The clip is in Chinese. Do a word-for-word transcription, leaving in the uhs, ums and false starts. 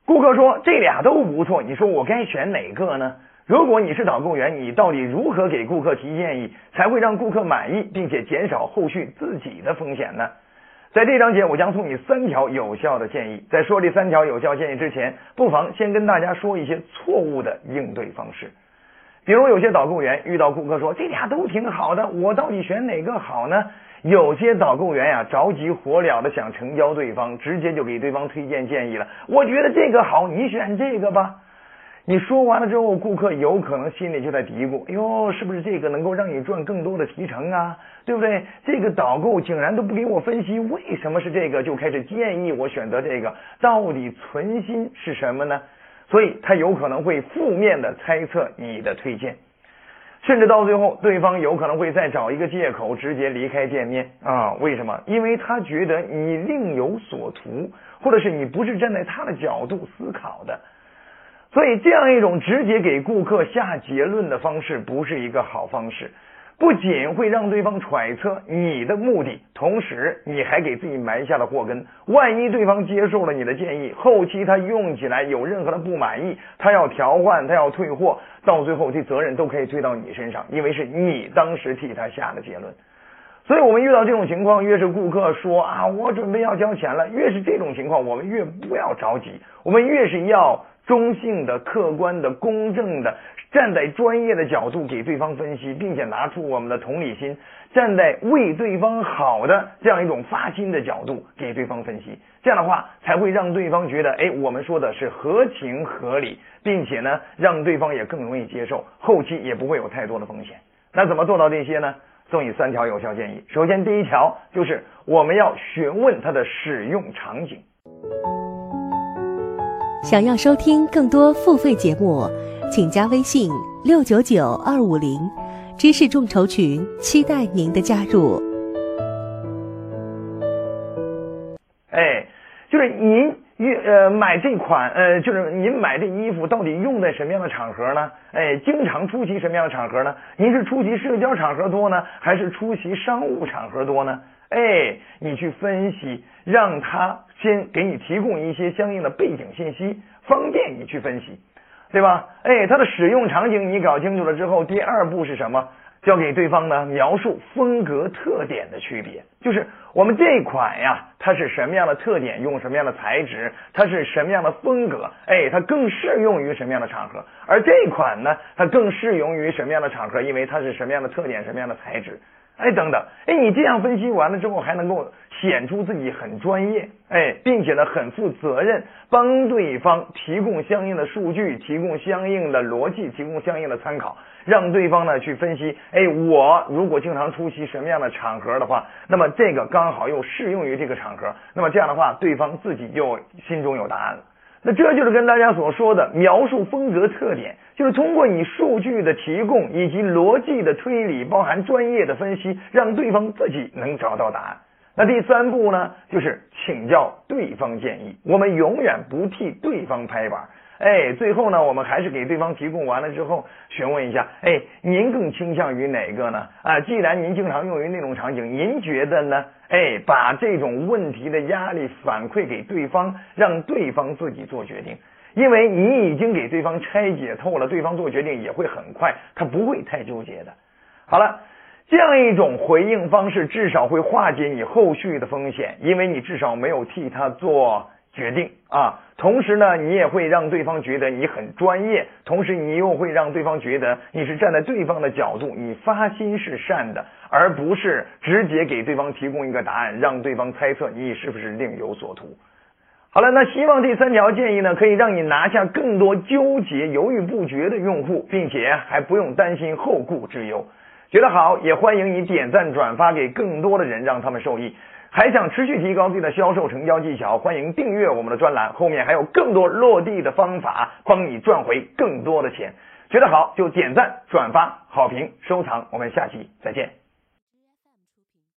顾客说这俩都不错，你说我该选哪个呢？如果你是导购员，你到底如何给顾客提建议，才会让顾客满意，并且减少后续自己的风险呢？在这章节我将送你三条有效的建议。在说这三条有效建议之前，不妨先跟大家说一些错误的应对方式。比如有些导购员遇到顾客说这俩都挺好的，我到底选哪个好呢？有些导购员呀、啊、着急火燎的想成交对方，直接就给对方推荐建议了，我觉得这个好，你选这个吧。你说完了之后，顾客有可能心里就在嘀咕，哎呦，是不是这个能够让你赚更多的提成啊？对不对？这个导购竟然都不给我分析为什么是这个，就开始建议我选择这个，到底存心是什么呢？所以他有可能会负面的猜测你的推荐，甚至到最后对方有可能会再找一个借口直接离开店面啊？为什么？因为他觉得你另有所图，或者是你不是站在他的角度思考的。所以这样一种直接给顾客下结论的方式不是一个好方式，不仅会让对方揣测你的目的，同时你还给自己埋下了祸根。万一对方接受了你的建议，后期他用起来有任何的不满意，他要调换，他要退货，到最后这责任都可以推到你身上，因为是你当时替他下的结论。所以我们遇到这种情况，越是顾客说啊我准备要交钱了，越是这种情况我们越不要着急，我们越是要中性的、客观的、公正的，站在专业的角度给对方分析，并且拿出我们的同理心，站在为对方好的这样一种发心的角度给对方分析，这样的话才会让对方觉得哎，我们说的是合情合理，并且呢让对方也更容易接受，后期也不会有太多的风险。那怎么做到这些呢？送你三条有效建议。首先第一条就是我们要询问它的使用场景。 想要收听更多付费节目，请加微信六九九二五零知识众筹群，期待您的加入。 哎，就是您呃买这款呃就是您买这衣服到底用在什么样的场合呢？哎，经常出席什么样的场合呢？您是出席社交场合多呢，还是出席商务场合多呢？哎，你去分析，让他先给你提供一些相应的背景信息，方便你去分析，对吧？哎，它的使用场景你搞清楚了之后，第二步是什么？交给对方呢描述风格特点的区别，就是我们这款呀，它是什么样的特点，用什么样的材质，它是什么样的风格，哎，它更适用于什么样的场合，而这款呢，它更适用于什么样的场合，因为它是什么样的特点，什么样的材质，哎，等等，哎，你这样分析完了之后，还能够显出自己很专业，哎，并且呢很负责任，帮对方提供相应的数据，提供相应的逻辑，提供相应的参考，让对方呢去分析，哎，我如果经常出席什么样的场合的话，那么这个刚好又适用于这个场合，那么这样的话，对方自己就心中有答案了。那这就是跟大家所说的描述风格特点，就是通过你数据的提供以及逻辑的推理，包含专业的分析，让对方自己能找到答案。那第三步呢，就是请教对方建议，我们永远不替对方拍板。哎，最后呢，我们还是给对方提供完了之后，询问一下，哎，您更倾向于哪个呢？啊，既然您经常用于那种场景，您觉得呢？哎，把这种问题的压力反馈给对方，让对方自己做决定，因为你已经给对方拆解透了，对方做决定也会很快，他不会太纠结的。好了，这样一种回应方式至少会化解你后续的风险，因为你至少没有替他做决定啊，同时呢，你也会让对方觉得你很专业，同时你又会让对方觉得你是站在对方的角度，你发心是善的，而不是直接给对方提供一个答案，让对方猜测你是不是另有所图。好了，那希望这三条建议呢，可以让你拿下更多纠结、犹豫不决的用户，并且还不用担心后顾之忧。觉得好，也欢迎你点赞转发给更多的人，让他们受益。还想持续提高自己的销售成交技巧，欢迎订阅我们的专栏，后面还有更多落地的方法，帮你赚回更多的钱。觉得好就点赞、转发、好评、收藏，我们下期再见。